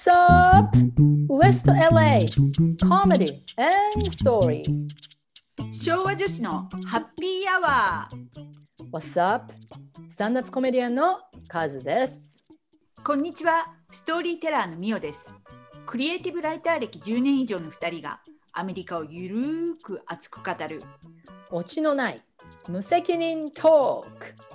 What's up? West LA Comedy and Story 昭和女子のハッピーアワー。 What's up? スタンダップコメディアンのカズです。 こんにちは、ストーリーテラーのミオです。クリエイティブライター歴10年以上の2人がアメリカをゆるーく熱く語るオチのない無責任トーク。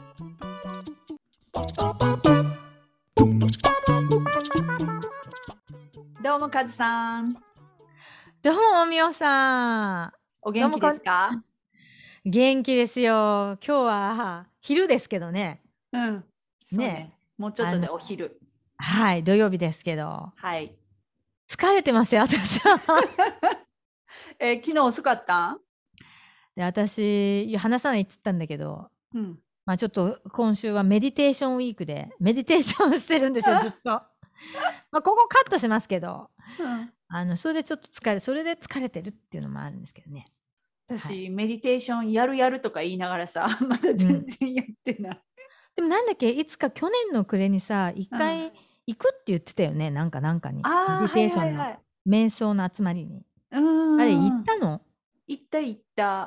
どうもカズさん、 どうもみおさん、 お元気ですか？ 元気ですよ。今日は昼ですけどね。 そうね、もうちょっとでお昼。 はい、土曜日ですけど。 はい。 疲れてますよ、私は。 昨日遅かった？ で、私、話さないって言ったんだけど、まあちょっと今週はメディテーションウィークで、メディテーションしてるんですよ、ずっと。まあここカットしますけど、それでちょっとそれで疲れてるっていうのもあるんですけどね。 私、メディテーションやるとか言いながらさ、まだ全然やってない。 でもなんだっけ、いつか去年の暮れにさ、一回行くって言ってたよね、なんかに。メディテーションの瞑想の集まりに。あれ行ったの？ 行った。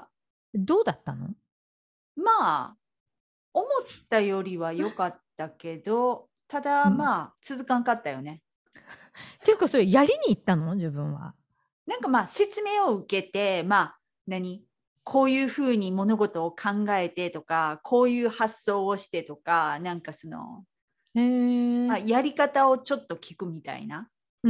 どうだったの？ まあ、思ったよりは良かったけど、ただまあ、続かんかったよね。 っていうか、それやりに行ったの？自分は。 なんかまあ、説明を受けて、まあ、こういうふうに物事を考えてとか、こういう発想をしてとか、なんかその、まあ、やり方をちょっと聞くみたいな。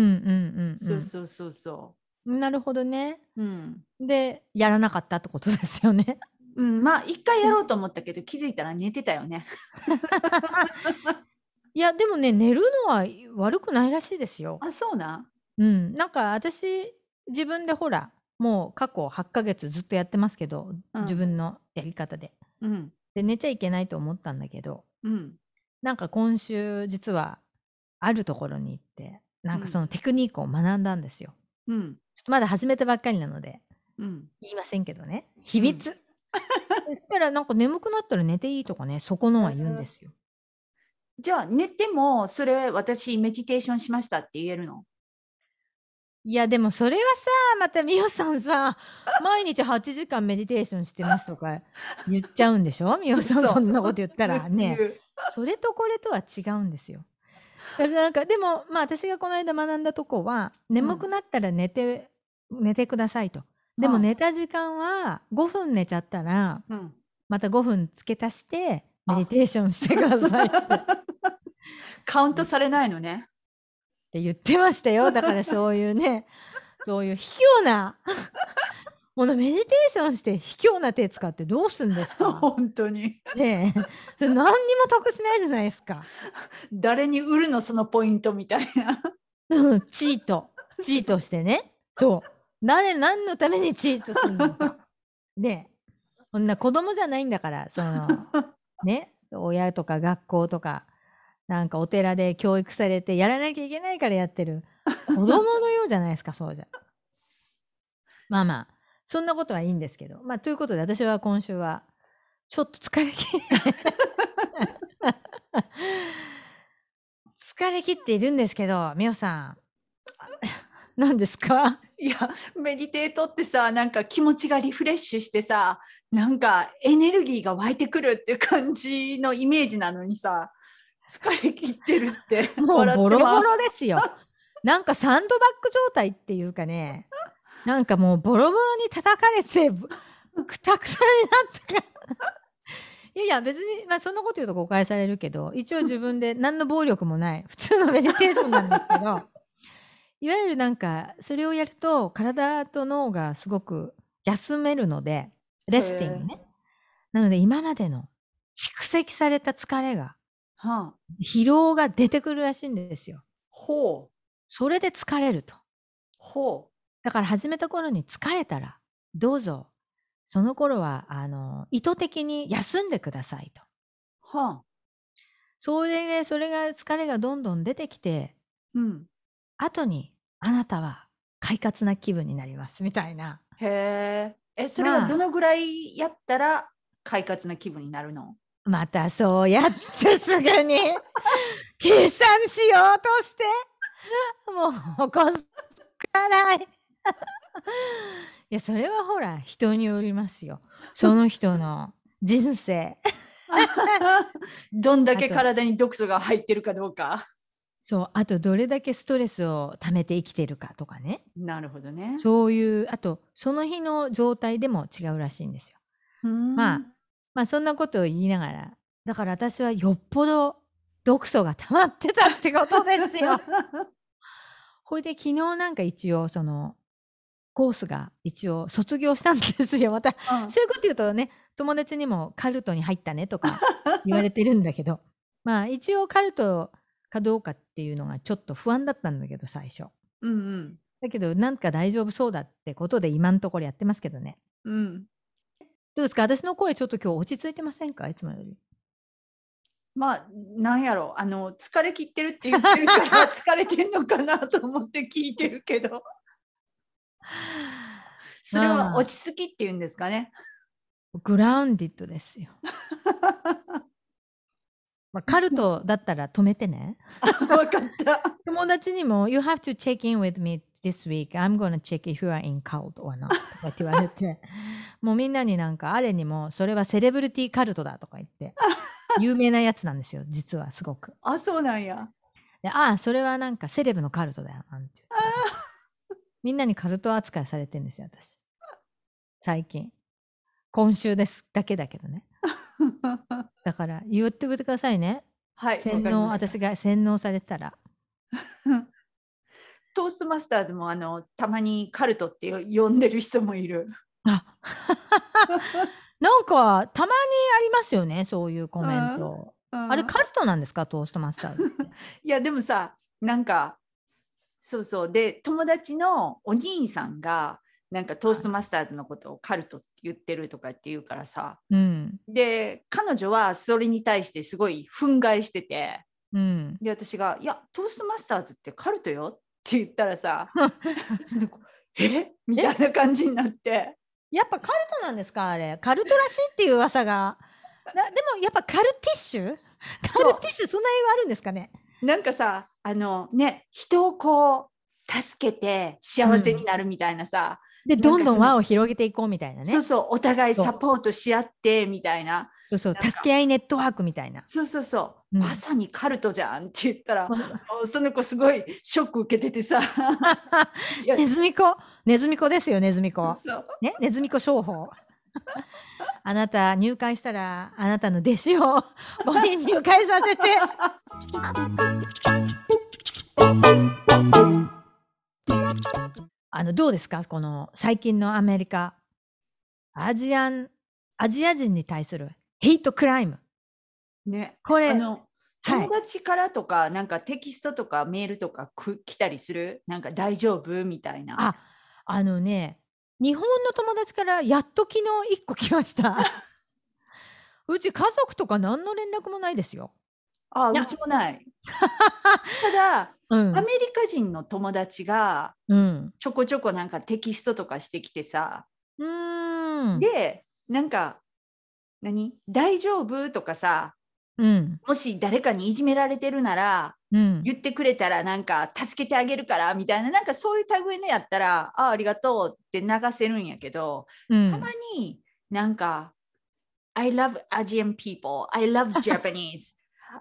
そう。 なるほどね。で、やらなかったってことですよね。 まあ、一回やろうと思ったけど、気づいたら寝てたよね。 いや、でもね、寝るのは悪くないらしいですよ。 あ、そうな。 なんか私、自分でほら、もう過去8ヶ月ずっとやってますけど、自分のやり方で。で、寝ちゃいけないと思ったんだけど、なんか今週実はあるところに行って、なんかそのテクニックを学んだんですよ。ちょっとまだ始めたばっかりなので、言いませんけどね。秘密。そしたらなんか眠くなったら寝ていいとかね、そこのは言うんですよ。 じゃあ寝ても、それ私メディテーションしましたって言えるの？ いやでもそれはさ、またみおさんさ、毎日8時間メディテーションしてますとか言っちゃうんでしょ？みおさんそんなこと言ったらね。それとこれとは違うんですよ。だからなんかでもまあ私がこの間学んだとこは、眠くなったら寝てくださいと。でも寝た時間は5分寝ちゃったら、また5分付け足してメディテーションしてくださいって。 カウントされないのね。 って言ってましたよ。だからそういうね、そういう卑怯なものメディテーションして卑怯な手使ってどうすんですか？ 本当に。 ねえ、それ何にも得しないじゃないですか。 誰に売るのそのポイントみたいな。 チートしてね。そう。何のためにチートするのか。ねえ、こんな子供じゃないんだから、そのね、親とか学校とか。なんかお寺で教育されてやらなきゃいけないからやってる子供のようじゃないですか、そうじゃ。まあまあ、そんなことはいいんですけど。まあ、ということで私は今週はちょっと疲れているんですけど、みおさん、何ですか？ いや、メディテートってさ、なんか気持ちがリフレッシュしてさ、なんかエネルギーが湧いてくるっていう感じのイメージなのにさ、疲れ切ってるってもうボロボロですよ。なんかサンドバッグ状態っていうかね、なんかもうボロボロに叩かれてくたくさんになったからいや別に、まあそんなこと言うと誤解されるけど、一応自分で何の暴力もない普通のメディテーションなんですけどいわゆるなんかそれをやると体と脳がすごく休めるので、レスティングね。なので今までの蓄積された疲れが、疲労が出てくるらしいんですよ。それで疲れると。だから始めた頃に疲れたら、どうぞ、その頃は意図的に休んでくださいと。それで、それが疲れがどんどん出てきて、後にあなたは快活な気分になりますみたいな。 へえ。それはどのぐらいやったら快活な気分になるの？ またそうやってすぐに計算しようとしてもうこすかない。いや、それはほら、人によりますよ。その人の人生。 どんだけあと体に毒素が入ってるかどうか。 そう、あとどれだけストレスを溜めて生きてるかとかね。 なるほどね。 そういう、あと、その日の状態でも違うらしいんですよ。まあ、そんなことを言いながら、だから私はよっぽど毒素が溜まってたってことですよ。ほいで昨日なんか一応そのコースが一応卒業したんですよ。また、そういうこと言うとね、友達にもカルトに入ったねとか言われてるんだけど、まあ一応カルトかどうかっていうのがちょっと不安だったんだけど最初。だけどなんか大丈夫そうだってことで今のところやってますけどね。どうですか？私の声ちょっと今日落ち着いてませんか？いつもより。 まあ、なんやろ、疲れ切ってるって言ってるから疲れてんのかなと思って聞いてるけど。それは落ち着きっていうんですかね。 グラウンディッドですよ。まあ、カルトだったら止めてね。 わかった。 友達にも、You have to check in with me this week. I'm gonna check if you are in cult or not. とかって言われて、もうみんなになんか、あれにも、それはセレブリティカルトだとか言って、有名なやつなんですよ、実はすごく。 あ、そうなんや。 で、それはなんかセレブのカルトだよ、なんて言って。みんなにカルト扱いされてるんですよ、私。最近。今週ですだけだけどね。だから言ってくださいね。 はい。 私が洗脳されたら。 トーストマスターズもたまにカルトって呼んでる人もいる。 なんかたまにありますよね、そういうコメント。あれカルトなんですか、トーストマスターズって。 いやでもさ、なんかそうそうで、友達のお兄さんがなんかトーストマスターズのことをカルトって言ってるとかって言うからさ、で彼女はそれに対してすごい憤慨してて、で私がいやトーストマスターズってカルトよって言ったらさえみたいな感じになって、 やっぱカルトなんですか？あれカルトらしいっていう噂がでもやっぱカルティッシュそんな英語あるんですかね？ なんかさ、ね、人をこう助けて幸せになるみたいなさ、 でどんどん輪を広げていこうみたいなね。 そうそう、お互いサポートし合ってみたいな。 そうそう、助け合いネットワークみたいな。 そうそうそう、まさにカルトじゃんって言ったら、その子すごいショック受けててさネズミ子ですよ、ネズミ子。ね、ネズミ子商法。あなた入会したらあなたの弟子を5人入会させてどうですか、この最近のアメリカアジア人に対するヘイトクライムね。 これ友達からとか、なんかテキストとかメールとか来たりする？なんか大丈夫みたいな。 ね、日本の友達からやっと昨日1個来ました。うち家族とか何の連絡もないですよ。 うちもない。ただ、アメリカ人の友達がちょこちょこなんかテキストとかしてきてさ、でなんか大丈夫とかさ、もし誰かにいじめられてるなら、言ってくれたらなんか助けてあげるからみたいな、なんかそういう類のやったらありがとうって流せるんやけど、たまになんか I love Asian people, I love Japanese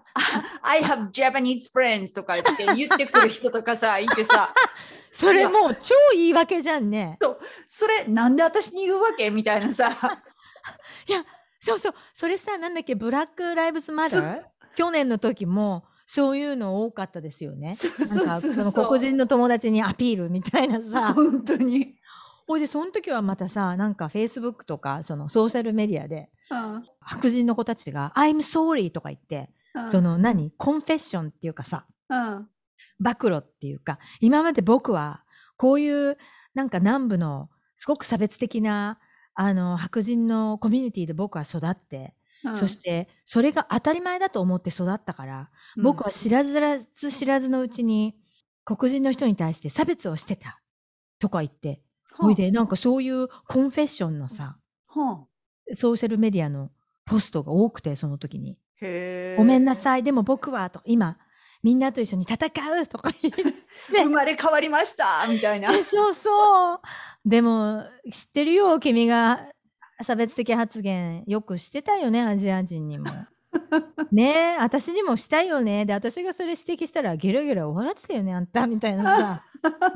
I have Japanese friends とか言ってくる人とかさいてさそれもう超言い訳じゃんね。 それなんで私に言うわけみたいなさいやそうそれさ、なんだっけ、ブラックライブズマター去年の時もそういうの多かったですよね。なんかその黒人の友達にアピールみたいなさ。 本当に。 ほいでその時はまたさ、なんかフェイスブックとかそのソーシャルメディアで、白人の子たちが I'm sorry とか言って、そのコンフェッションっていうかさ、暴露っていうか、今まで僕はこういうなんか南部のすごく差別的な白人のコミュニティで僕は育って、そしてそれが当たり前だと思って育ったから、僕は知らずのうちに黒人の人に対して差別をしてたとか言って、ほいでなんかそういうコンフェッションのさ、ソーシャルメディアのポストが多くて、その時にごめんなさい、でも僕はと今みんなと一緒に戦うとか言って生まれ変わりましたみたいな。 そうそう。でも知ってるよ、君が差別的発言よくしてたよね、アジア人にも。ねえ、私にもしたいよね。で、私がそれ指摘したらゲラゲラ笑ってたよね、あんたみたいなさ。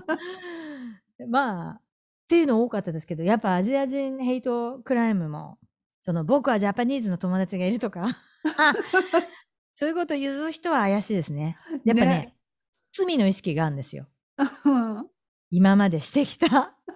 まあっていうの多かったですけど、やっぱアジア人ヘイトクライムも、その僕はジャパニーズの友達がいるとかそういうこと言う人は怪しいですね。やっぱね、罪の意識があるんですよ。今までしてきた。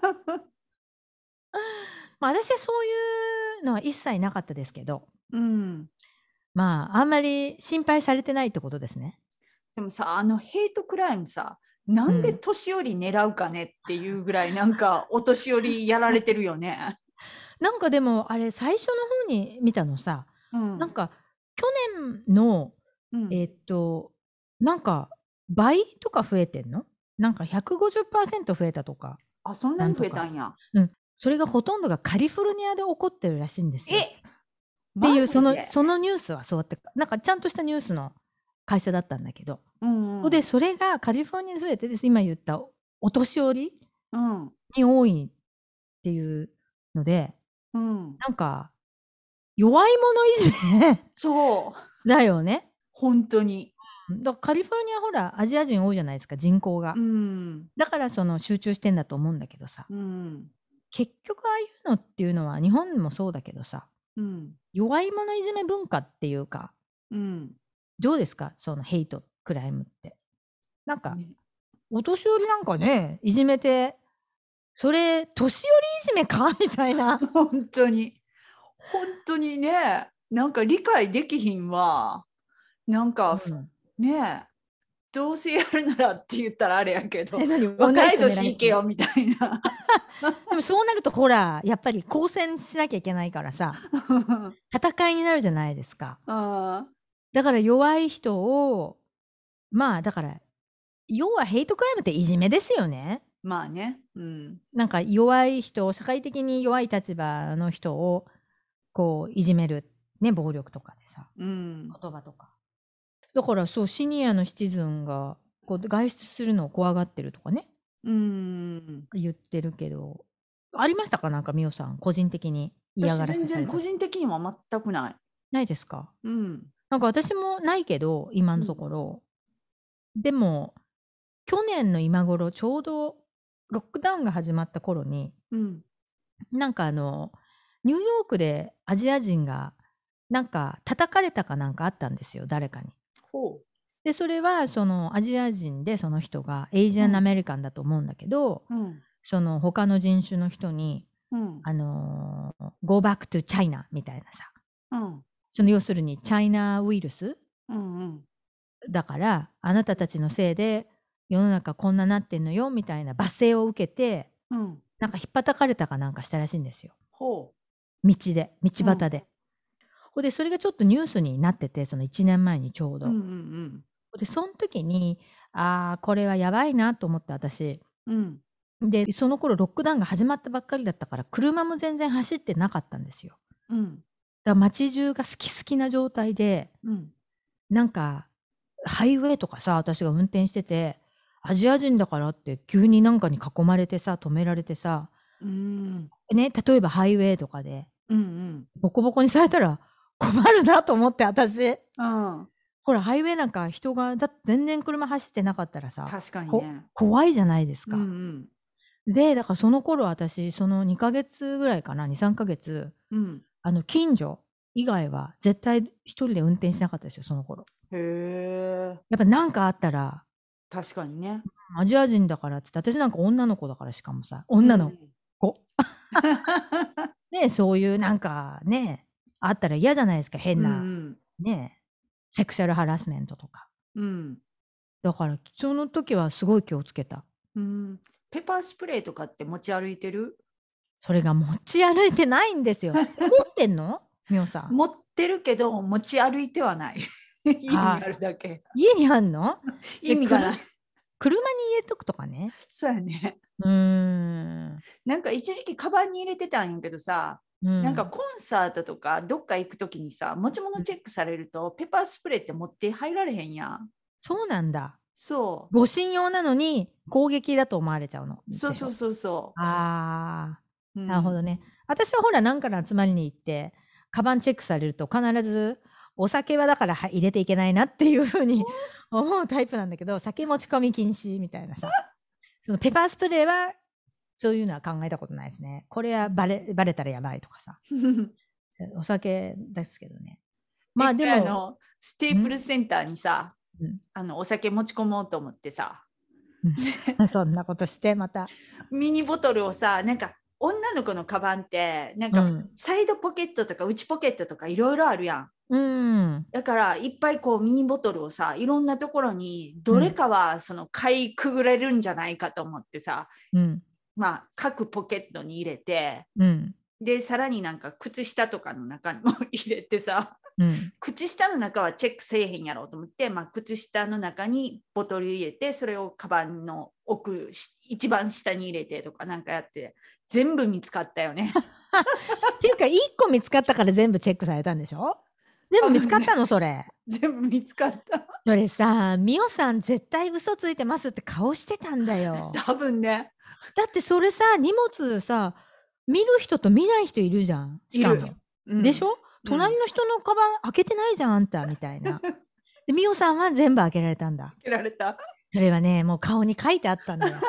まあ私はそういうのは一切なかったですけど、まああんまり心配されてないってことですね。 でもさ、ヘイトクライムさ、なんで年寄り狙うかねっていうぐらい、なんかお年寄りやられてるよね。 なんかでもあれ最初の方に見たのさ、なんか去年の、なんか倍とか増えてんの？なんか 150% 増えたとか。 あ、そんなに増えたんや。 それがほとんどがカリフォルニアで起こってるらしいんですよ。 っていうそのニュースはそうやって、なんかちゃんとしたニュースの会社だったんだけど、でそれがカリフォルニアで増えてです、今言ったお年寄りに多いっていうので、なんか弱い者いじめそうだよね。 本当に。 だからカリフォルニアほらアジア人多いじゃないですか、人口が。だからその集中してんだと思うんだけどさ、結局ああいうのっていうのは日本もそうだけどさ、弱い者いじめ文化っていうか、どうですか、そのヘイトクライムって。なんか、お年寄りなんかね、いじめて、それ年寄りいじめかみたいな。 本当にね、なんか理解できひんわ。なんか、ね、どうせやるならって言ったらあれやけど、同い年いけよみたいな。 でもそうなるとほら、やっぱり交戦しなきゃいけないからさ、戦いになるじゃないですか。だから弱い人を、まあだから、要はヘイトクライムっていじめですよね。 まあね。 なんか弱い人、社会的に弱い立場の人をこういじめる。ね、暴力とかでさ、言葉とか。だからそう、シニアのシチズンがこう外出するのを怖がってるとかね、言ってるけど、ありましたか、なんかミオさん個人的に嫌がらせされた。 全然個人的には全くない。 ないですか？なんか私もないけど今のところ、でも去年の今頃ちょうどロックダウンが始まった頃に、なんかニューヨークでアジア人がなんか叩かれたかなんかあったんですよ、誰かに。でそれはそのアジア人で、その人がエイジアンアメリカンだと思うんだけど、その他の人種の人に、Go back to China みたいなさ、その要するにチャイナウイルス、だからあなたたちのせいで世の中こんななってんのよみたいな罵声を受けて、なんかひっぱたかれたかなんかしたらしいんですよ。道端で。でそれがちょっとニュースになってて、その1年前にちょうど。でその時にこれはやばいなと思って私。でその頃ロックダウンが始まったばっかりだったから車も全然走ってなかったんですよ。だから街中が好き好きな状態で、なんかハイウェイとかさ、私が運転しててアジア人だからって急になんかに囲まれてさ、止められてさ、ね、例えばハイウェイとかで、ボコボコにされたら困るなと思って私。ほらハイウェイなんか人がだって全然車走ってなかったらさ、 確かにね、 怖いじゃないですか。でだからその頃私その2ヶ月ぐらいかな、2、3ヶ月、近所以外は絶対一人で運転しなかったですよ、その頃。やっぱ何かあったら、 確かにね、 アジア人だからって、私なんか女の子だから、しかもさ、女の子ね、そういうなんかねあったら嫌じゃないですか、変な、ねセクシャルハラスメントとか。だからその時はすごい気をつけた。 ペパースプレーとかって持ち歩いてる？ それが持ち歩いてないんですよ。持ってんの？みおさん。 持ってるけど持ち歩いてはない。家にあるだけ。 家にあんの？ 意味がない。 車に入れとくとかね。 そうやね。なんか一時期カバンに入れてたんやけどさ、なんかコンサートとかどっか行くときにさ、持ち物チェックされるとペパースプレーって持って入られへんやん。 そうなんだ。 そ護身用なのに攻撃だと思われちゃうのう。そうそうそうそあう。 あ、なるほどね。私はほら、なんかの集まりに行って、カバンチェックされると必ず、お酒はだから入れていけないなっていうふうに思うタイプなんだけど、酒持ち込み禁止みたいなさ。そのペパースプレーは、そういうのは考えたことないですね。これはバレたらやばいとかさ。お酒ですけどね。まあでも、 ステープルセンターにさ、 うん、 お酒持ち込もうと思ってさ、 そんなことしてまた。 ミニボトルをさ、なんか女の子のカバンってなんかサイドポケットとか内ポケットとかいろいろあるやん。 うん。 だからいっぱいこうミニボトルをさ、いろんなところにどれかはその買いくぐれるんじゃないかと思ってさ、まあ各ポケットに入れて、でさらになんか靴下とかの中にも入れてさ、靴下の中はチェックせえへんやろうと思って、まあ、靴下の中にボトル入れて、それをカバンの奥一番下に入れてとかなんかやって、全部見つかったよね。 っていうか1個見つかったから全部チェックされたんでしょ？全部見つかったのそれ。 全部見つかった。 それさ、ミオさん絶対嘘ついてますって顔してたんだよ。 多分ね。 だってそれさ、荷物さ、見る人と見ない人いるじゃん。しかも。でしょ？隣の人のカバン開けてないじゃん、あんたみたいな。で、ミオさんは全部開けられたんだ。 開けられた。 それはね、もう顔に書いてあったんだよ。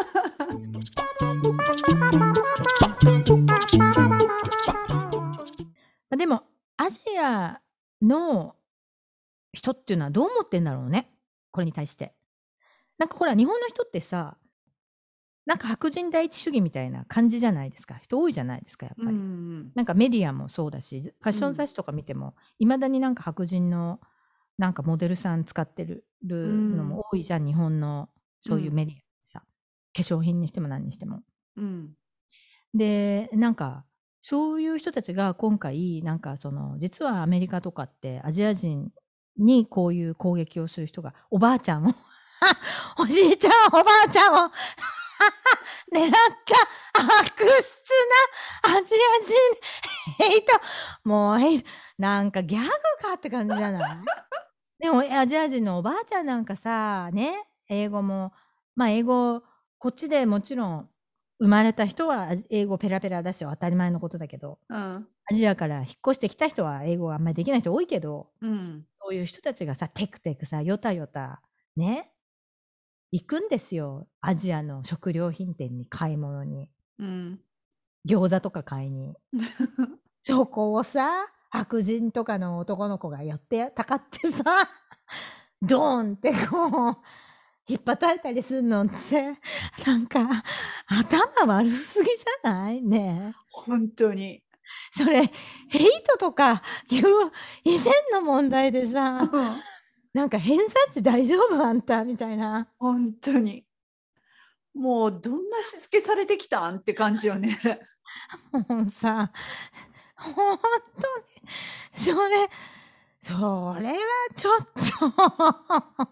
でも、アジアの人っていうのはどう思ってんだろうね。これに対して。なんかほら、日本の人ってさ、なんか白人第一主義みたいな感じじゃないですか。人多いじゃないですか、やっぱり。なんかメディアもそうだし、ファッション雑誌とか見ても、いまだになんか白人のなんかモデルさん使ってるのも多いじゃん、日本のそういうメディアさ。化粧品にしても何にしても。で、なんか、そういう人たちが今回、なんかその、実はアメリカとかってアジア人にこういう攻撃をする人が、おばあちゃんを、おじいちゃん、おばあちゃんを、狙った悪質なアジア人ヘイト。もうなんかギャグかって感じじゃない？でもアジア人のおばあちゃんなんかさ、ね、英語も、まあ英語、こっちでもちろん生まれた人は英語ペラペラだし当たり前のことだけど、アジアから引っ越してきた人は英語あんまりできない人多いけど、そういう人たちがさ、テクテクさ、よたよた、ね、行くんですよ。アジアの食料品店に買い物に。餃子とか買いに。そこをさ、白人とかの男の子が寄ってたかってさ、ドーンってこう、引っ叩いたりするのって、なんか、頭悪すぎじゃないね。 本当に。 それ、ヘイトとかいう以前の問題でさ、なんか偏差値大丈夫あんたみたいな。 本当に。もうどんなしつけされてきたんって感じよね。 もうさ、本当に、それはちょっと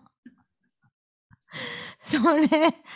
それ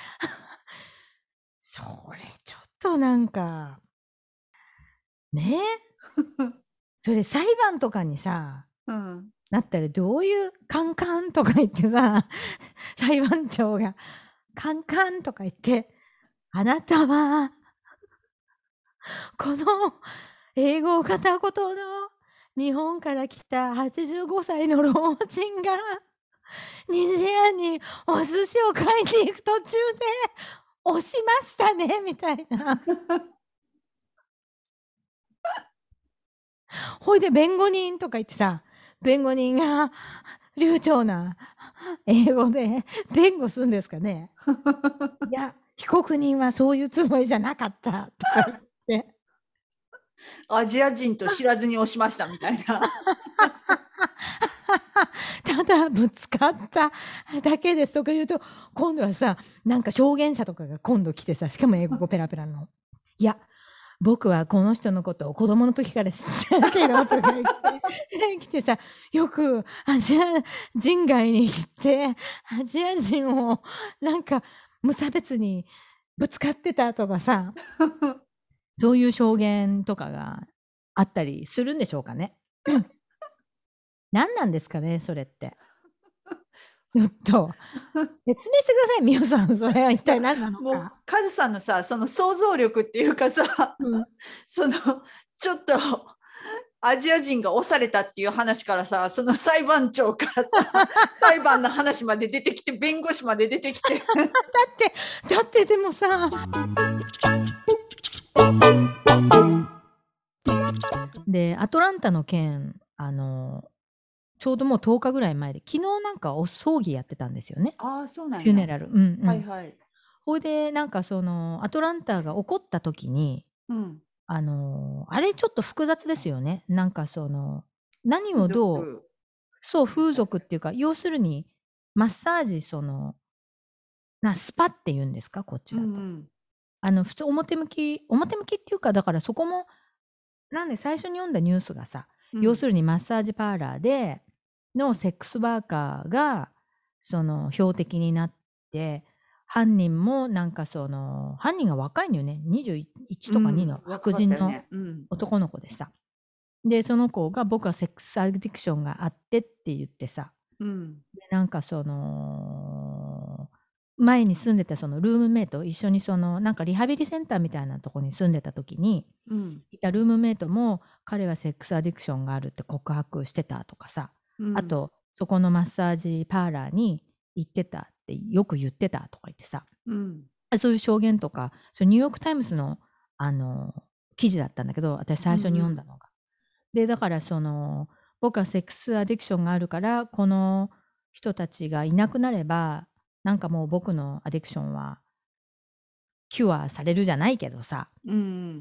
ちょっとなんか、ねそれ裁判とかにさ、なったらどういうカンカンとか言ってさ、裁判長がカンカンとか言って、あなたは、この英語を片言の日本から来た85歳の老人が、虹屋にお寿司を買いに行く途中で押しましたねみたいな。ほいで弁護人とか言ってさ、弁護人が流暢な英語で弁護するんですかね。いや、被告人はそういうつもりじゃなかったとか言って。 アジア人と知らずに押しましたみたいな。 ただぶつかっただけですとか言うと、今度はさ、なんか証言者とかが今度来てさ、しかも英語ペラペラの。いや、僕はこの人のことを子供の時から知ってるけどとか言って来てさ、よくアジア人街に行ってアジア人をなんか無差別にぶつかってたとかさ、そういう証言とかがあったりするんでしょうかね。何なんですかね、それって。 ちょっと説明してください、みおさん。それは一体何なのもうか。 カズさんのさ、その想像力っていうかさ、 うん、 そのちょっとアジア人が押されたっていう話からさ、その裁判長からさ、裁判の話まで出てきて、弁護士まで出てきて。 だってでもさ、で、アトランタの件、ちょうどもう10日ぐらい前で、昨日なんかお葬儀やってたんですよね。 ああ、そうなんフューネや。 ラル。うんうん。 はいはい。 ほいで、なんかその、アトランタが起こった時に、 うん。 あれちょっと複雑ですよね。なんかその、何風をどう、 俗。 そう、風俗っていうか、要するに、マッサージ、その、スパって言うんですか、こっちうだと。 ん普通表向きっていうか、だからそこも、なんで最初に読んだニュースがさ、 うん。 要するにマッサージパーラーでのセックスワーカーが、その標的になって、犯人もなんかその、犯人が若いのよね。21とか2の白人のね。うん。 男の子でさ。で、その子が僕はセックスアディクションがあってって言ってさ。 うん。 でなんかその、前に住んでたそのルームメイト、一緒にその、なんかリハビリセンターみたいなとこに住んでた時に、 うん。 いたルームメイトも、彼はセックスアディクションがあるって告白してたとかさ、 うん。 あと、そこのマッサージパーラーに行ってたってよく言ってたとか言ってさ、 うん。 そういう証言とか、それニューヨークタイムズの、記事だったんだけど、私最初に読んだのが。で、だからその、僕はセックスアディクションがあるから、この人たちがいなくなれば、なんかもう僕のアディクションはキュアされるじゃないけどさ、 うん。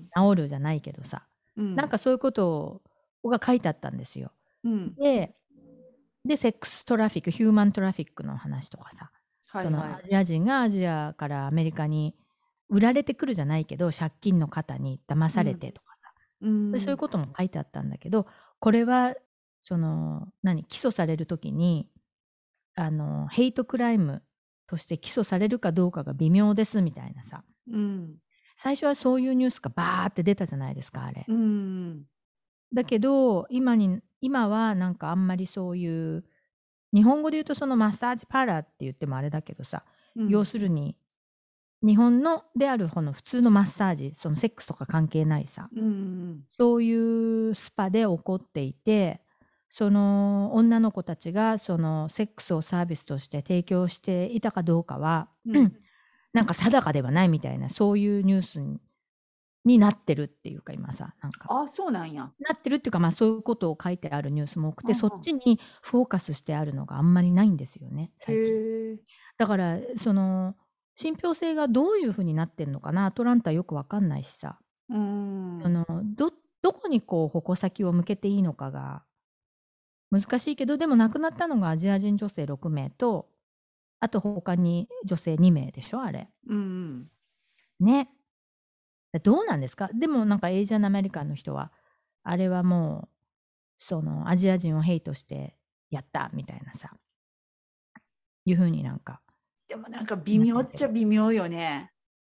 治るじゃないけどさ、 うん。 なんかそういうことが書いてあったんですよ。 うん。 で、セックストラフィック、ヒューマントラフィックの話とかさ、そのはいはい。 アジア人がアジアからアメリカに売られてくるじゃないけど、借金の方に騙されてとかさ、でそういうことも書いてあったんだけど、これはその起訴されるときにヘイトクライムとして起訴されるかどうかが微妙ですみたいなさ、 うん。 最初はそういうニュースがバーって出たじゃないですか、あれ。 うん。 だけど今はなんかあんまりそういう日本語で言うとそのマッサージパーラーって言ってもあれだけどさ、要するに日本のである方の普通のマッサージ、そのセックスとか関係ないさ、そういうスパで起こっていて、その女の子たちがそのセックスをサービスとして提供していたかどうかは、なんか定かではないみたいな、そういうニュースになってるっていうか、今さ、なんか。 あ、そうなんや。 なってるっていうか、まあそういうことを書いてあるニュースも多くて、そっちにフォーカスしてあるのがあんまりないんですよね、最近。だから、その、信憑性がどういうふうになってるのかな、アトランタよくわかんないしさ。その、どこにこう矛先を向けていいのかが難しいけど、でも亡くなったのがアジア人女性6名と、あと他に女性2名でしょ、あれ。ね。どうなんですか？でもなんかエイジアンアメリカンの人は、あれはもう、そのアジア人をヘイトしてやったみたいなさ、いうふうになんか。 でもなんか微妙っちゃ微妙よね。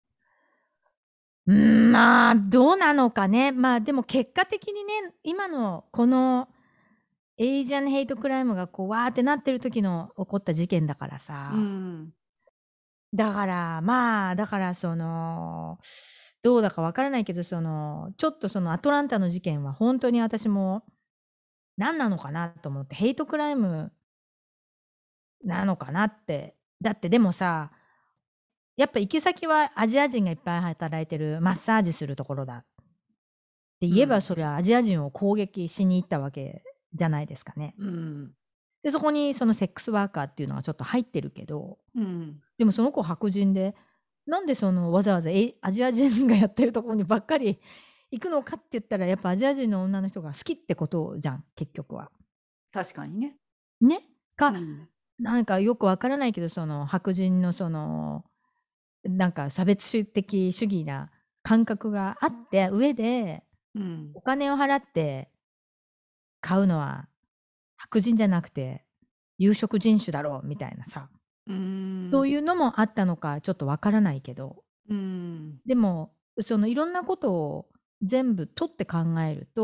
まあ、どうなのかね。まあでも結果的にね、今のこのエイジアンヘイトクライムがこうわーってなってる時の起こった事件だからさ。だからその、どうだかわからないけど、その、ちょっとそのアトランタの事件は本当に私も何なのかなと思って、ヘイトクライムなのかなって。だってでもさ、やっぱ行き先はアジア人がいっぱい働いてるマッサージするところだって言えば、そりゃアジア人を攻撃しに行ったわけじゃないですかね。で、そこにそのセックスワーカーっていうのがちょっと入ってるけど、でもその子白人で、なんでそのわざわざアジア人がやってるところにばっかり行くのかって言ったら、やっぱアジア人の女の人が好きってことじゃん、結局は。 確かにね。 ねか、なんかよくわからないけど、その白人のその、なんか差別的主義な感覚があって上で、お金を払って買うのは白人じゃなくて有色人種だろうみたいなさ、そういうのもあったのかちょっとわからないけど、でもそのいろんなことを全部取って考えると、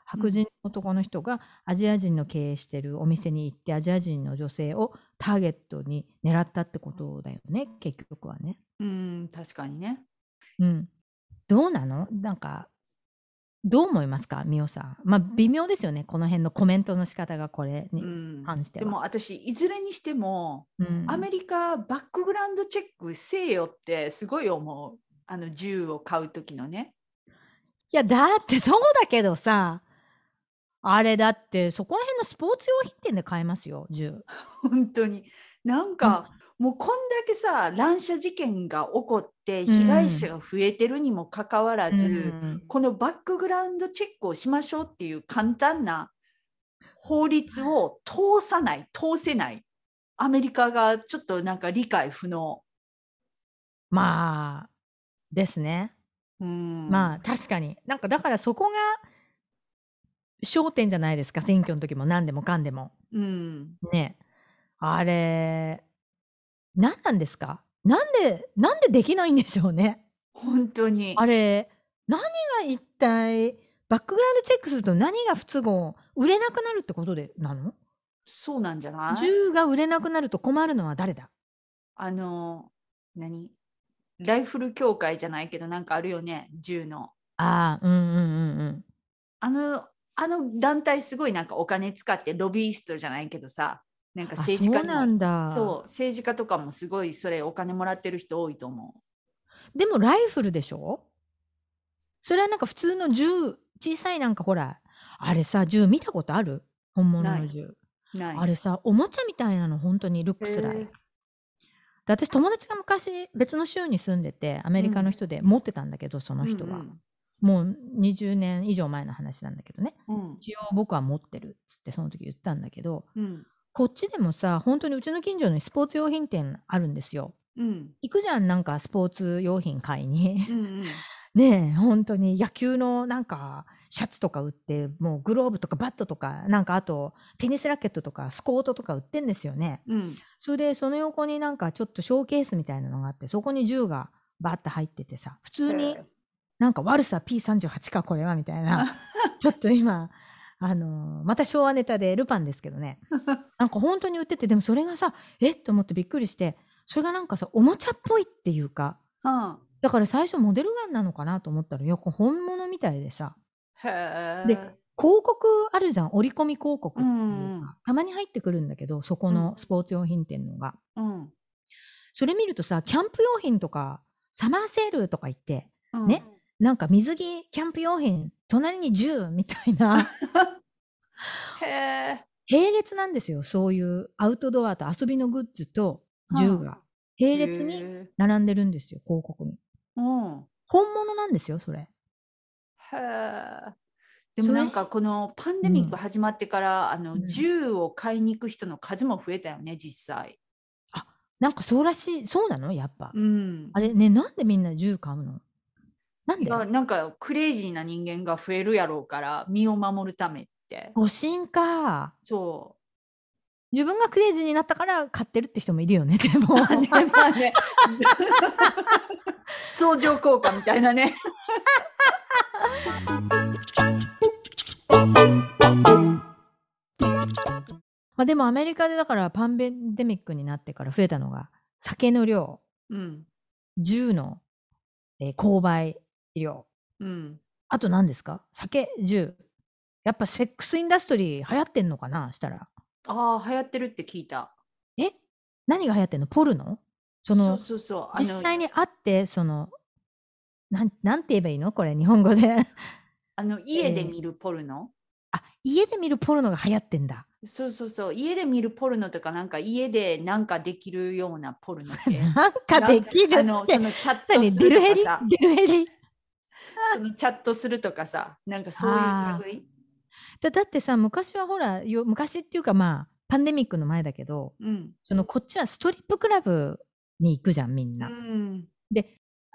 白人の男の人がアジア人の経営してるお店に行ってアジア人の女性をターゲットに狙ったってことだよね、結局はね。 確かにね。 どうなの？なんかどう思いますか、みおさん。まあ微妙ですよね、この辺のコメントの仕方がこれに関しては。 でも私いずれにしても、アメリカバックグラウンドチェックせよってすごい思う。銃を買う時のね。 いやだってそうだけどさ、あれだってそこら辺のスポーツ用品店で買えますよ、銃。 本当になんか、もうこんだけさ乱射事件が起こって被害者が増えてるにもかかわらず、このバックグラウンドチェックをしましょうっていう簡単な法律を通せないアメリカがちょっとなんか理解不能。 まあですね。まあ確かになんかだからそこが焦点じゃないですか、選挙の時も何でもかんでも。ね、あれ何なんですか？なんでできないんでしょうね。 本当に。 あれ何が一体バックグラウンドチェックすると何が不都合？売れなくなるってことでなの？ そうなんじゃない？ 銃が売れなくなると困るのは誰だ？ ライフル協会じゃないけどなんかあるよね、銃の。 あの団体すごいなんかお金使ってロビーストじゃないけどさ、なんか政治家そうなんだ。 そう政治家とかもすごいそれお金もらってる人多いと思う。 でもライフルでしょ？それはなんか普通の銃、小さいなんかほらあれさ、銃見たことある？本物の銃。あれさ、おもちゃみたいなの、本当にルックスライ。で私友達が昔別の州に住んでてアメリカの人で持ってたんだけど、その人は、もう20年以上前の話なんだけどね、一応僕は持ってるっつってその時言ったんだけど、こっちでもさ本当にうちの近所にスポーツ用品店あるんですよ。行くじゃん、なんかスポーツ用品買いにねえ本当に野球のなんかシャツとか売って、もうグローブとかバットとかなんかあとテニスラケットとかスコートとか売ってんですよね。それでその横になんかちょっとショーケースみたいなのがあって、そこに銃がバッて入っててさ、普通になんか悪さ P38 かこれはみたいなちょっと今また昭和ネタでルパンですけどねなんか本当に売ってて、でもそれがさと思ってびっくりして、それがなんかさおもちゃっぽいっていうか、だから最初モデルガンなのかなと思ったらよく本物みたいでさ。で広告あるじゃん、折り込み広告っていうか、たまに入ってくるんだけど、そこのスポーツ用品店のが、それ見るとさ、キャンプ用品とかサマーセールとか言って、ね、なんか水着キャンプ用品隣に銃みたいな並列なんですよ。そういうアウトドアと遊びのグッズと銃が並列に並んでるんですよ、広告に。本物なんですよ、それ。 でもなんかこのパンデミック始まってから、銃を買いに行く人の数も増えたよね、実際。 なんかそうらしい。そうなの？やっぱ。あれね、なんでみんな銃買うの？なんで？ なんかクレイジーな人間が増えるやろうから、身を守るためって。 誤信か。 そう。 自分がクレイジーになったから買ってるって人もいるよね、でも。 相乗効果みたいなね。 まあでもアメリカでだからパンデミックになってから増えたのが酒の量、銃の、購買量、あと何ですか？酒、銃。やっぱセックスインダストリー流行ってんのかな、したら。 流行ってるって聞いた。 何が流行ってんの？ポルノ？ そう実際に会ってなんて言えばいいのこれ日本語で家で見るポルノ。 家で見るポルノが流行ってんだ。 そう家で見るポルノとか、なんか家でなんかできるようなポルノってなんかできるってそのチャットするとかさ、 デルヘリそのチャットするとかさ、なんかそういう類。 だってさ、昔はほら昔っていうかまあパンデミックの前だけど、こっちはストリップクラブに行くじゃんみんな。で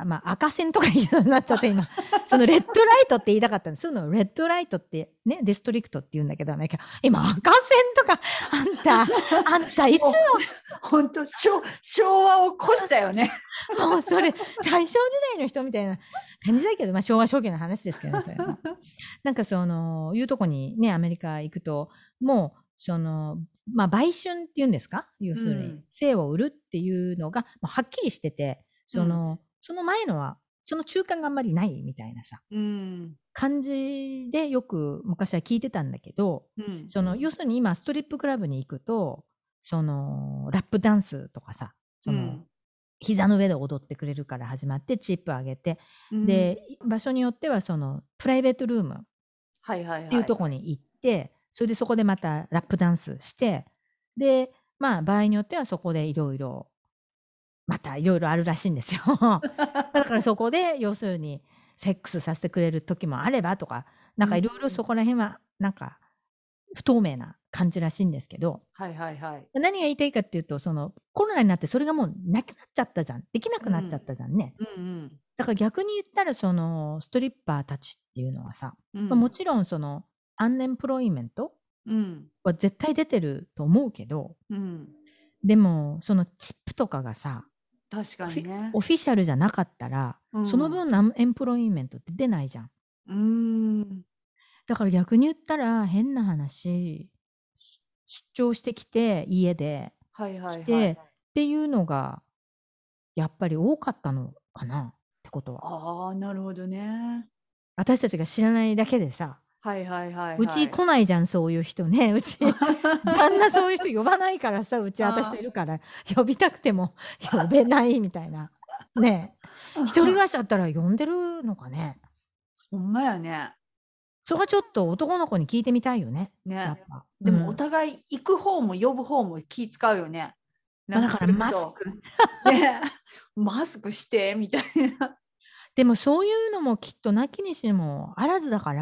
赤線とか言いそうになっちゃって今そのレッドライトって言いたかったんです。そういうのレッドライトってね、ディストリクトって言うんだけどね、今赤線とかあんたいつの本当昭和を越したよね。 もうそれ大正時代の人みたいな感じだけど、昭和初期の話ですけどね、それもなんかいうとこにね、アメリカ行くともう売春っていうんですか、要するに性を売るっていうのがはっきりしてて、その前のはその中間があんまりないみたいなさ、感じでよく昔は聞いてたんだけど、要するに今ストリップクラブに行くとラップダンスとかさ、膝の上で踊ってくれるから始まってチップ上げて、で場所によってはプライベートルームっていうとこに行って、それでそこでまたラップダンスして、で場合によってはそこでいろいろあるらしいんですよだからそこで要するにセックスさせてくれる時もあればとか、なんかいろいろそこら辺はなんか不透明な感じらしいんですけど、何が言いたいかっていうと、コロナになってそれがもうなくなっちゃったじゃん、できなくなっちゃったじゃんね、だから逆に言ったらストリッパーたちっていうのはさ、もちろんアンエンプロイメントは絶対出てると思うけど、でもチップとかがさ、 確かにね、 オフィシャルじゃなかったら、その分アンエンプロイメントって出ないじゃん。だから逆に言ったら変な話、出張してきて家で来てっていうのがやっぱり多かったのかなってことは。 なるほどね。 私たちが知らないだけでさ、うち来ないじゃんそういう人ね。うち旦那そういう人呼ばないからさ、うち私といるから呼びたくても呼べないみたいなね。一人暮らしだったら呼んでるのかね。 ほんまやね。 それはちょっと男の子に聞いてみたいよね。やっぱでもお互い行く方も呼ぶ方も気使うよね。 だからマスクね、マスクしてみたいな。 でもそういうのもきっとなきにしもあらずだから、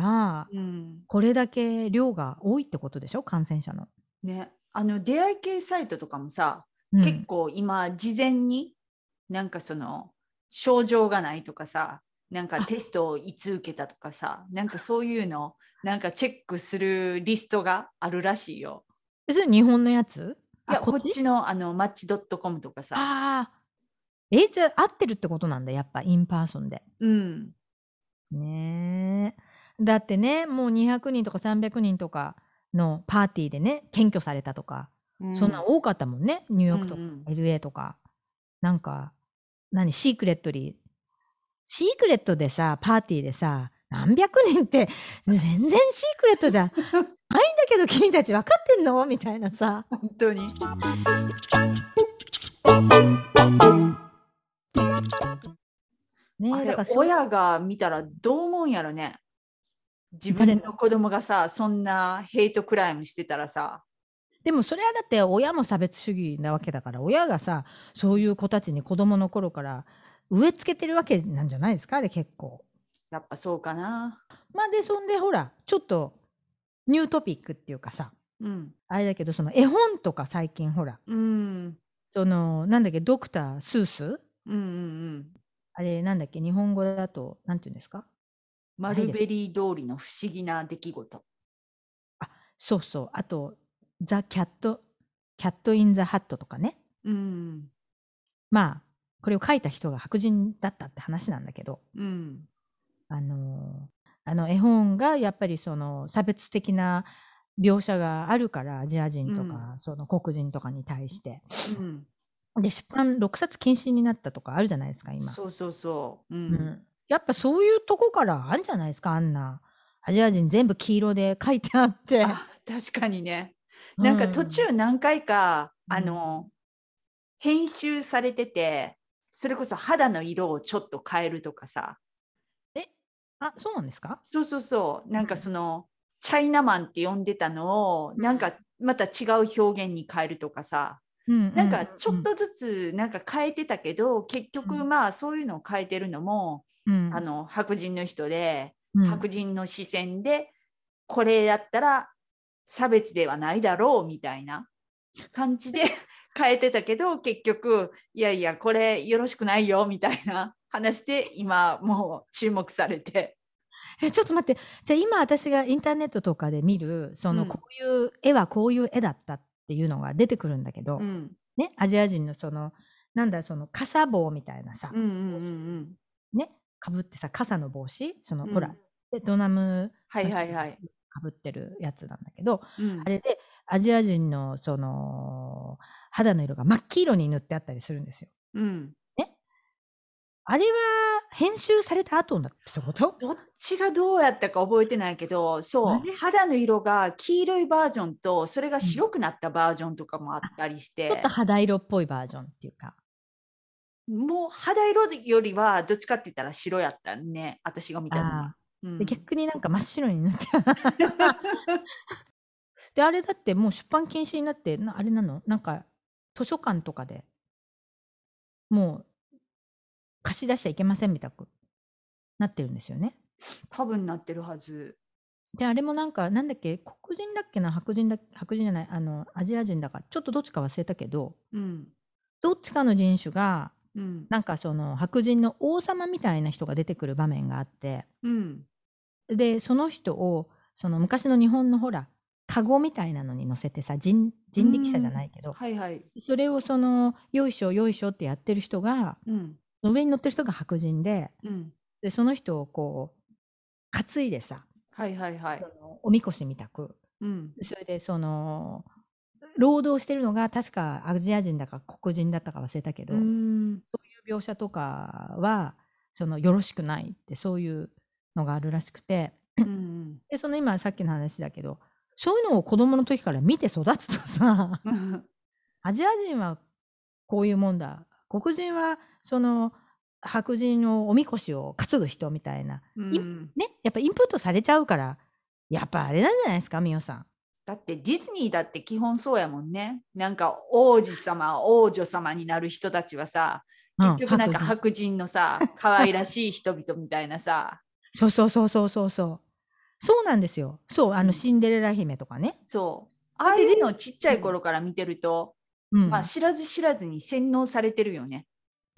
これだけ量が多いってことでしょ、感染者の。 ね、出会い系サイトとかもさ、結構今事前になんか症状がないとかさ、なんかテストをいつ受けたとかさ、なんかそういうのなんかチェックするリストがあるらしいよ。 それ日本のやつ？ いや、こっちのマッチ.com とかさ。 じゃあ合ってるってことなんだ、やっぱインパーソンで。ねえ。だってね、もう200人とか300人とかのパーティーでね、検挙されたとか、そんな多かったもんね、ニューヨークとか、LA とか。なんかシークレットでさ、パーティーでさ、何百人って全然シークレットじゃないんだけど、君たち分かってんのみたいなさ。 本当に。あれ親が見たらどう思うんやろね。自分の子供がさ、そんなヘイトクライムしてたらさ。 でもそれはだって親も差別主義なわけだから、親がさ、そういう子たちに子供の頃から植え付けてるわけなんじゃないですか、あれ結構。 やっぱそうかな。 でそんでほらちょっとニュートピックっていうかさ、あれだけど絵本とか最近ほら、なんだっけ、ドクタースース、あれなんだっけ、日本語だとなんていうんですか、 マルベリー通りの不思議な出来事。 そうそう、あとザ・キャット・イン・ザ・ハットとかね。これを書いた人が白人だったって話なんだけど、絵本がやっぱり差別的な描写があるから、アジア人とか、黒人とかに対して、で出版6冊禁止になったとかあるじゃないですか今。 そう、 やっぱそういうとこからあるんじゃないですか、あんなアジア人全部黄色で書いてあって。 確かにね。なんか途中何回か、編集されてて、それこそ肌の色をちょっと変えるとかさ。 そうなんですか？ そう。なんかチャイナマンって呼んでたのを、なんかまた違う表現に変えるとかさ。なんかちょっとずつなんか変えてたけど、結局そういうのを変えてるのも、白人の人で、白人の視線で、これやったら差別ではないだろうみたいな。 感じで変えてたけど、結局いやいやこれよろしくないよみたいな話で今もう注目されて。 ちょっと待って、じゃあ今私がインターネットとかで見る、こういう絵はこういう絵だったっていうのが出てくるんだけど、ね、アジア人のなんだ、傘帽みたいなさ、ね、かぶってさ、傘の帽子、ほら、ベトナムかぶってるやつなんだけど、あれでアジア人の肌の色が真っ黄色に塗ってあったりするんですよ。ね、あれは編集された後だってこと？ どっちがどうやったか覚えてないけど、そう、肌の色が黄色いバージョンと、それが白くなったバージョンとかもあったりして、 ちょっと肌色っぽいバージョンっていうか。 もう肌色よりはどっちかって言ったら白やったね、私が見たのに。 で逆になんか真っ白に塗ってで、あれだってもう出版禁止になって、あれなの？なんか図書館とかでもう貸し出しちゃいけませんみたいななってるんですよね。 多分なってるはず。 で、あれもなんか、なんだっけ、黒人だっけな、白人じゃない、アジア人だか、ちょっとどっちか忘れたけど、どっちかの人種が、なんか白人の王様みたいな人が出てくる場面があって、で、その人を、昔の日本のほら、カゴみたいなのに乗せてさ、人力車じゃないけど、それをよいしょよいしょってやってる人が、上に乗ってる人が白人で、でその人をこう担いでさ、おみこしみたく、それで労働してるのが確かアジア人だか黒人だったか忘れたけど、そういう描写とかはよろしくないってそういうのがあるらしくて、で今さっきの話だけど、そういうのを子供の時から見て育つとさアジア人はこういうもんだ、黒人は白人のおみこしを担ぐ人みたいな、ね、やっぱインプットされちゃうから、やっぱあれなんじゃないですか、みおさん。 だってディズニーだって基本そうやもんね。なんか王子様王女様になる人たちはさ、結局なんか白人のさ、可愛らしい人々みたいなさ。 そうなんですよ。そう、シンデレラ姫とかね。 そう。ああいうのちっちゃい頃から見てると、まあ知らず知らずに洗脳されてるよね。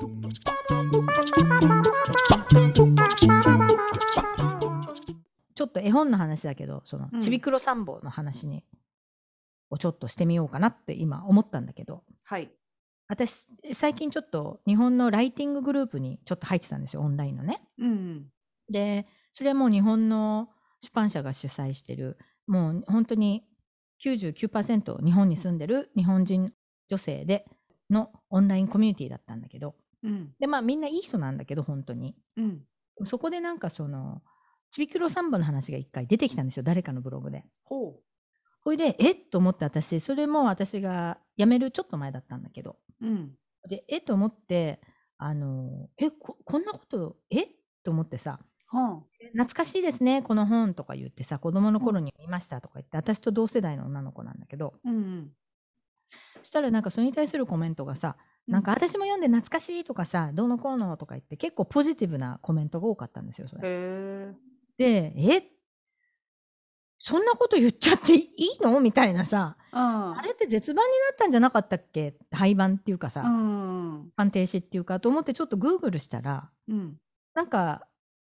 ちょっと絵本の話だけど、ちびくろさんぼの話をちょっとしてみようかなって今思ったんだけど、私最近ちょっと日本のライティンググループにちょっと入ってたんですよ、オンラインのね。でそれはもう日本の出版社が主催してる、もう本当に 99% 日本に住んでる日本人女性のオンラインコミュニティだったんだけど、でまあみんないい人なんだけど本当に、そこでなんかちびくろサンバの話が一回出てきたんですよ、誰かのブログで。ほいでと思って私、それも私が辞めるちょっと前だったんだけど、でと思って、こんなことと思ってさ、懐かしいですねこの本とか言ってさ、子供の頃に見ましたとか言って、私と同世代の女の子なんだけど、そしたらなんかそれに対するコメントがさ、なんか私も読んで懐かしいとかさ、どうのこうのとか言って結構ポジティブなコメントが多かったんですよ、それ。で、そんなこと言っちゃっていいのみたいなさ、あれって絶版になったんじゃなかったっけ、廃版っていうかさ、版停止っていうかと思ってちょっとグーグルしたら、なんか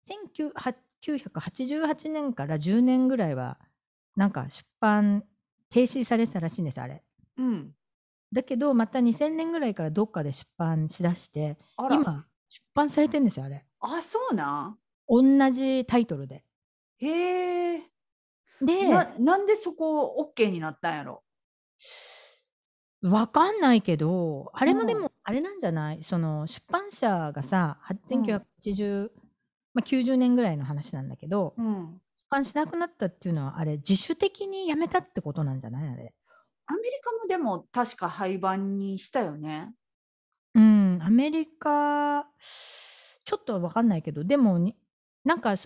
1988年から10年ぐらいはなんか出版停止されてたらしいんですあれ。だけどまた2000年ぐらいからどっかで出版しだして、今出版されてんですよあれ。 あ、そうなん。 同じタイトルで。 へえ。で、なんでそこ OK になったんやろ。 わかんないけど、あれもでもあれなんじゃない？出版社がさ、1980、90年ぐらいの話なんだけど、出版しなくなったっていうのはあれ自主的にやめたってことなんじゃない？あれ。 アメリカもでも確か廃版にしたよね。 アメリカちょっとわかんないけど、でもなんか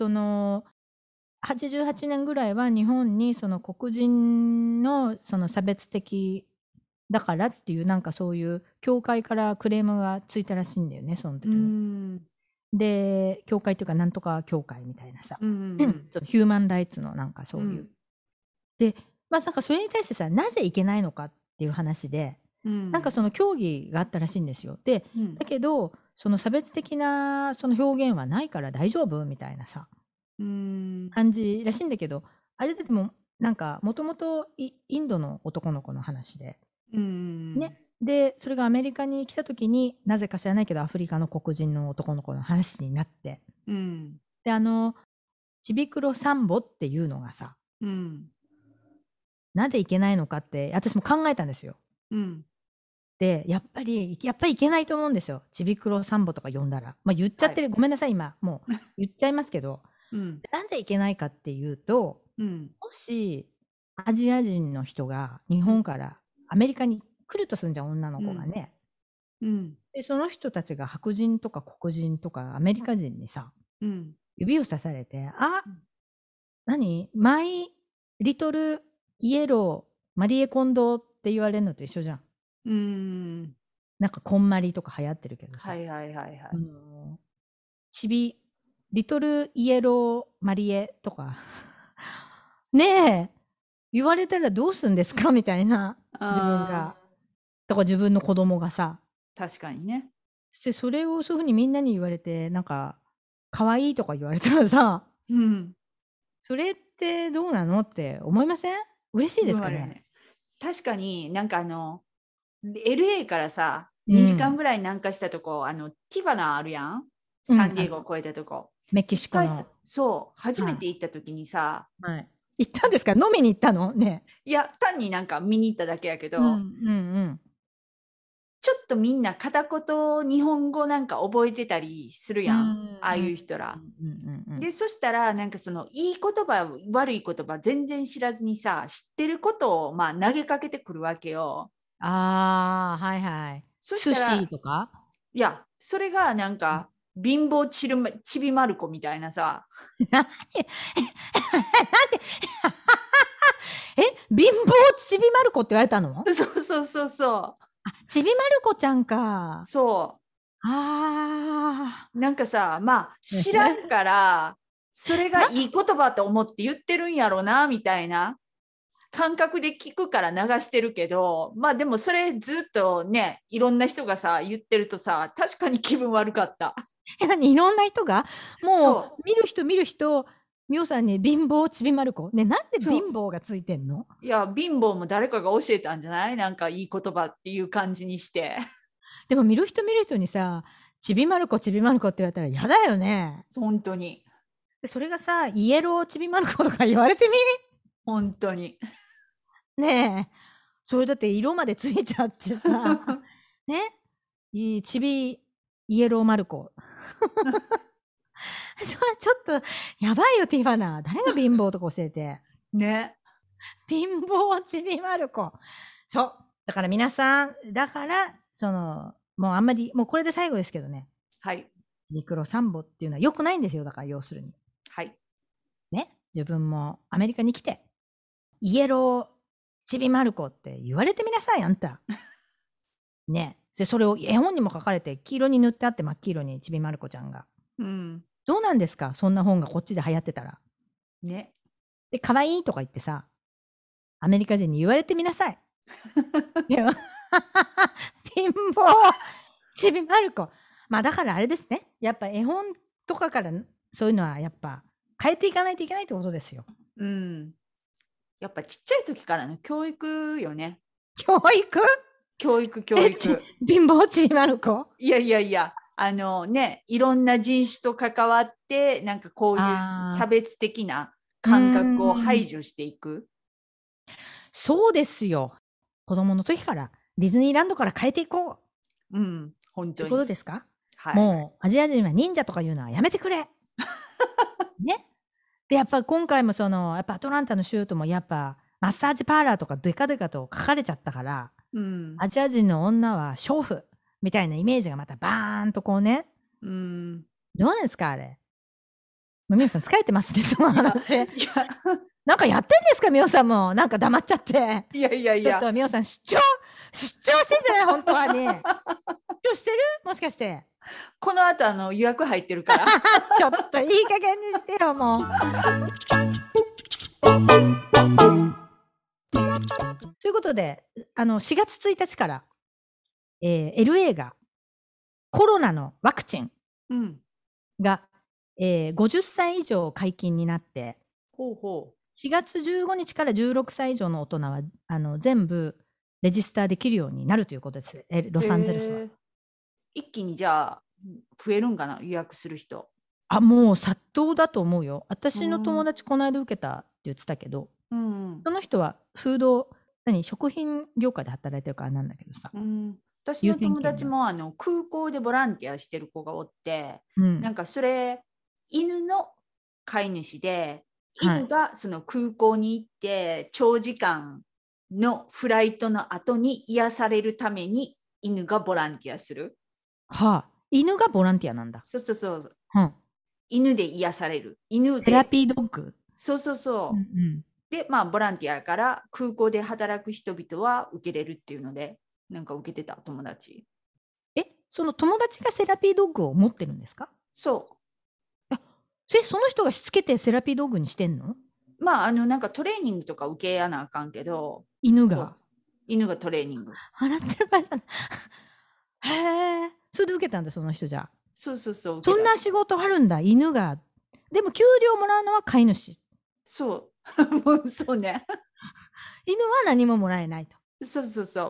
88年ぐらいは日本に黒人の差別的だからっていう、なんかそういう教会からクレームがついたらしいんだよね、その時に。で、教会っていうかなんとか教会みたいなさ、ヒューマンライツのなんかそういう。で、なんかそれに対してさ、なぜいけないのかっっていう話で、 うんなんかその協議があったらしいんですよ。で、 うんだけど、その差別的なその表現はないから大丈夫みたいなさ、 うん感じらしいんだけど、あれでも、なんか、もともとインドの男の子の話で、 うんね。で、それがアメリカに来た時になぜか知らないけど、アフリカの黒人の男の子の話になって、 うんで、ちびくろサンボっていうのがさ、 うんなんでいけないのかって、私も考えたんですよ。 うんで、やっぱりいけないと思うんですよ。ちびくろサンボとか呼んだら。まあ、言っちゃってる。ごめんなさい、今。もう言っちゃいますけど、 うんなんでいけないかっていうと、 うんもしアジア人の人が日本からアメリカに来るとすんじゃん、女の子がね。 うんで、その人たちが白人とか黒人とかアメリカ人にさ、 うん指をさされて、あうん、 何マイリトルイエロー、マリエコンドって言われるのと一緒じゃん。 うんなんかこんまりとか流行ってるけどさ。 はいはいはいはい。 リトルイエローマリエとか。ねえ、言われたらどうすんですかみたいな。自分が。だから自分の子供がさ。 確かにね。 それをそういうふうにみんなに言われて、なんか、可愛いとか言われたらさ、 うん。 それってどうなのって思いません？嬉しいですかね？ 確かになんかLA からさ、2時間ぐらい南下したとこ、ティバナあるやん。サンディエゴを越えたとこ。 メキシコの。 そう、初めて行った時にさ、 はい。行ったんですか？飲みに行ったのね。 いや、単になんか見に行っただけやけど、ちょっとみんな片言日本語なんか覚えてたりするやん。ああいう人ら。で、そしたらなんかそのいい言葉、悪い言葉全然知らずにさ、知ってることをまあ投げかけてくるわけよ。 ああ、はいはい。 そしたら、 寿司とか？ いや、それがなんか、貧乏ちびまる子みたいなさ。 なんで貧乏ちびまる子って言われたの？ そうそうそうそう。 ちびまる子ちゃんか。 そう。なんかさ、まあ、知らんから、それがいい言葉と思って言ってるんやろな、みたいな感覚で聞くから流してるけど、まあでもそれずっとね、いろんな人がさ、言ってるとさ、確かに気分悪かった。 何？いろんな人がもう見る人、みおさんに貧乏ちびまる子ね、なんで貧乏がついてんの？ いや、貧乏も誰かが教えたんじゃない？なんかいい言葉っていう感じにして。 でも見る人にさ、ちびまる子って言われたら嫌だよね。 本当に。 でそれがさ、イエローちびまる子とか言われてみ？ 本当に。 ねえ、それだって色までついちゃってさ、ね、ちびイエローまる子。それちょっとやばいよ、ティファナ。誰が貧乏とか教えて。 ね。 貧乏ちびまる子。そう。だから皆さん、もうあんまり、もうこれで最後ですけどね。 はい。 ミクロサンボっていうのは良くないんですよ。だから要するに。 はい。 ね。自分もアメリカに来て、イエローちびまる子って言われてみなさい、あんた。ね。で、それを絵本にも書かれて、黄色に塗ってあって、真っ黄色にちびまる子ちゃんが。 うん。どうなんですか？そんな本がこっちで流行ってたら。 ね。 で、可愛いとか言ってさ、アメリカ人に言われてみなさい。貧乏ちびまる子。まあだからあれですね。やっぱ絵本とかからそういうのはやっぱ変えていかないといけないってことですよ。 うん。やっぱちっちゃい時からの教育よね。 教育。 貧乏ちびまる子。 いや。ね、いろんな人種と関わって、なんかこういう差別的な感覚を排除していく。 そうですよ。子供の時からディズニーランドから変えていこう。うん、本当に。 ということですか？ はい。 もうアジア人は忍者とか言うのはやめてくれ。ね。で、やっぱ今回もやっぱアトランタのシュートもやっぱマッサージパーラーとかデカデカと書かれちゃったから、アジア人の女は娼婦みたいなイメージがまたバーンとこうね。どうなんですかあれ。みおさん疲れてますね、その話。なんかやってんですか、みおさんも。なんか黙っちゃって。 いや。 ちょっとみおさん出張してんじゃない本当はね。出張してる？もしかして。 この後予約入ってるから。 ちょっといい加減にしてよ、もう。というこことで、4月1日から、LA がコロナのワクチンが、50歳以上解禁になって、4月15日から16歳以上の大人は全部レジスターできるようになるということです。ロサンゼルスは。 一気にじゃあ増えるんかな、予約する人。 もう殺到だと思うよ。私の友達この間受けたって言ってたけど、その人はフード、食品業界で働いてるからなんだけどさ。 私の友達も空港でボランティアしてる子がおって、なんかそれ犬の飼い主で、犬がその空港に行って長時間のフライトの後に癒されるために犬がボランティアする。 犬がボランティアなんだ。 そう、犬で癒される。犬でセラピードッグ。 そう、でボランティアから空港で働く人々は受けれるっていうので、なんか受けてた友達。 その友達がセラピードッグを持ってるんですか？ そう。 その人がしつけてセラピードッグにしてんの？ なんかトレーニングとか受けやなあかんけど、 犬がトレーニング払ってる場合じゃない。へえ、それで受けたんだ、その人じゃ。 そう。そんな仕事あるんだ、犬が。でも給料もらうのは飼い主。 そうそうね。 犬は何ももらえないと。 そう。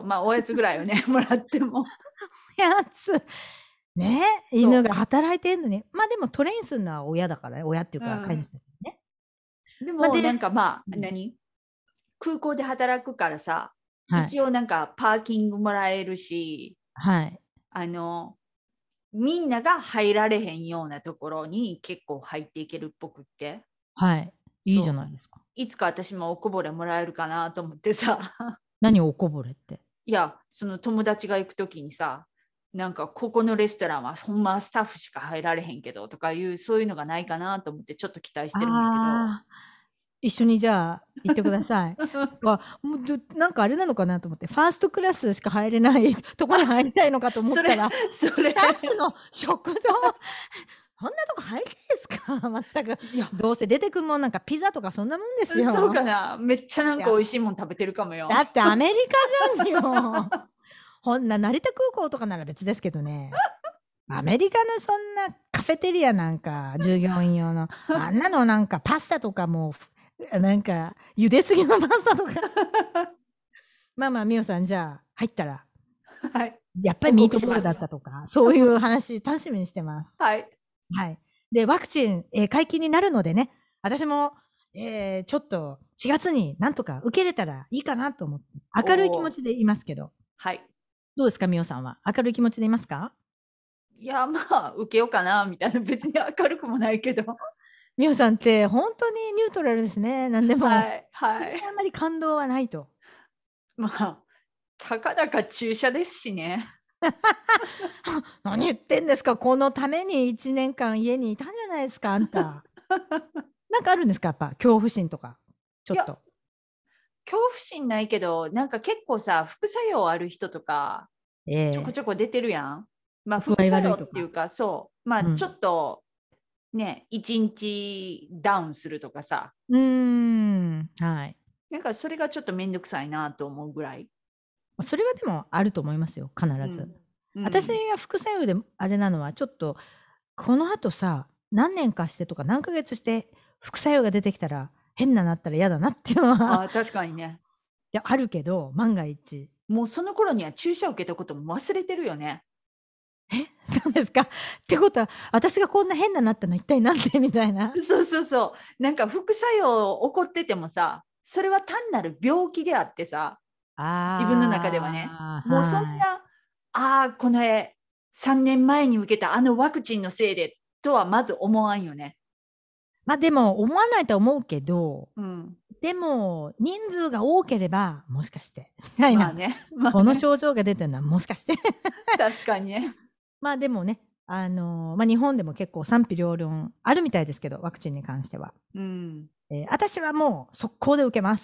おやつぐらいをね、もらっても。 やつ。ね、犬が働いてんのに。でもトレインするのは親だからね。親っていうか飼い主だからね。 でもなんか空港で働くからさ、一応なんかパーキングもらえるし、みんなが入られへんようなところに結構入っていけるっぽくって。 いいじゃないですか。 いつか私もおこぼれもらえるかなと思ってさ。 何おこぼれって？ いや、その友達が行くときにさ、なんかここのレストランはほんまスタッフしか入られへんけどとかそういうのがないかなと思ってちょっと期待してるんだけど。 一緒にじゃあ行ってください。なんかあれなのかなと思って、ファーストクラスしか入れないとこに入りたいのかと思ったら、スタッフの食堂そんなとこ入りたいですか？全く。どうせ出てくるもんなんかピザとかそんなもんですよ。 そうかな。めっちゃなんか美味しいもん食べてるかもよ。 だってアメリカじゃんよ。ほんな成田空港とかなら別ですけどね。アメリカのそんなカフェテリアなんか従業員用のあんなのなんかパスタとかもなんか茹ですぎのパスタとか。みおさんじゃあ入ったら、やっぱりミートボールだったとかそういう話楽しみにしてます。でワクチン、解禁になるのでね、私も、ちょっと4月になんとか受けれたらいいかなと思って明るい気持ちでいますけど。どうですか、みおさんは明るい気持ちでいますか？ いや受けようかなみたいな、別に明るくもないけど。 みおさんって本当にニュートラルですね。何でも、あんまり感動はないと。 たかだか注射ですしね。 何言ってんですか、このために1年間家にいたんじゃないですか、あんた。なんかあるんですか、やっぱ恐怖心とか。ちょっと恐怖心ないけど、なんか結構さ、副作用ある人とかちょこちょこ出てるやん。副作用っていうか、ちょっとね、1日ダウンするとかさ。なんかそれがちょっとめんどくさいなと思うぐらい。 それはでもあると思いますよ、必ず。私が副作用であれなのは、ちょっとこの後さ、何年かしてとか何ヶ月して副作用が出てきたら変なったら嫌だなっていうのは確かにね。 いやあるけど、万が一もうその頃には注射を受けたことも忘れてるよね。 そうですか。ってことは私がこんな変なったの一体なんでみたいな。 そうなんか副作用起こっててもさ、それは単なる病気であってさ、自分の中ではね、もうそんなこの3年前に受けたあのワクチンのせいでとはまず思わんよね。 でも思わないと思うけど、でも人数が多ければもしかしてみたいな、この症状が出てるのはもしかして確かにね。 でもね、日本でも結構賛否両論あるみたいですけど、ワクチンに関しては。私はもう速攻で受けます。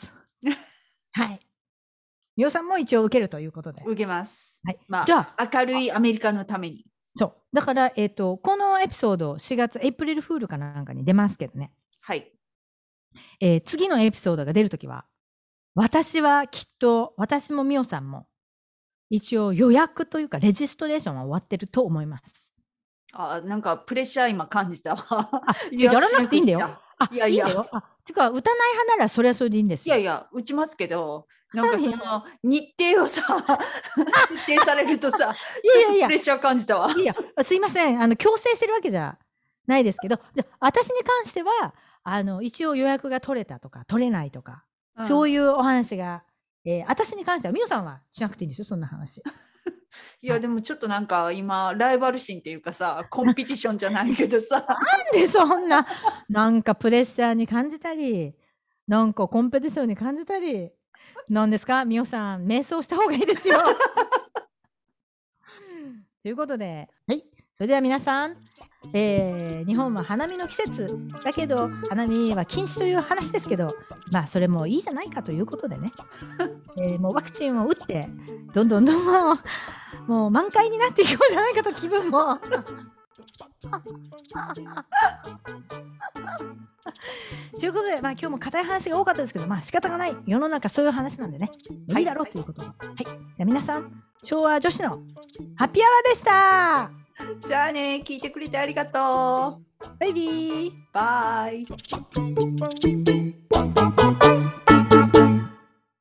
みおさんも一応受けるということで。 受けます。じゃあ明るいアメリカのために。 そうだから、このエピソード4月エイプリルフールかなんかに出ますけどね。次のエピソードが出るときは私はきっと、私もみおさんも、一応予約というかレジストレーションは終わってると思います。 なんかプレッシャー今感じたわ。 やらなくていいんだよ。 いやいや。 いいんだよ。違う、打たない派ならそれはそれでいいんですよ。 いやいや、打ちますけど、なんかその日程をさ、設定されるとさ、ちょっとプレッシャー感じたわ。 いや、すいません。強制してるわけじゃないですけど、じゃ私に関しては、一応予約が取れたとか、取れないとか、そういうお話が、私に関しては、みおさんはしなくていいんですよ、そんな話。 いやでもちょっとなんか今ライバル心っていうかさ、コンペティションじゃないけどさなんでそんななんかプレッシャーに感じたり、なんかコンペティションに感じたり、なんですか、みおさん瞑想した方がいいですよということで、はい、それでは皆さん、日本は花見の季節だけど花見は禁止という話ですけど、まあそれもいいじゃないかということでね、もうワクチンを打ってどんどんもう満開になっていこうじゃないかと、気分もということで、まあ今日も硬い話が多かったですけど、まあ仕方がない、世の中そういう話なんでね、いいだろうということで、はい、じゃあ皆さん、昭和女子のハッピーアワーでした。 じゃあね、聞いてくれてありがとう。 バイビー。 バイ。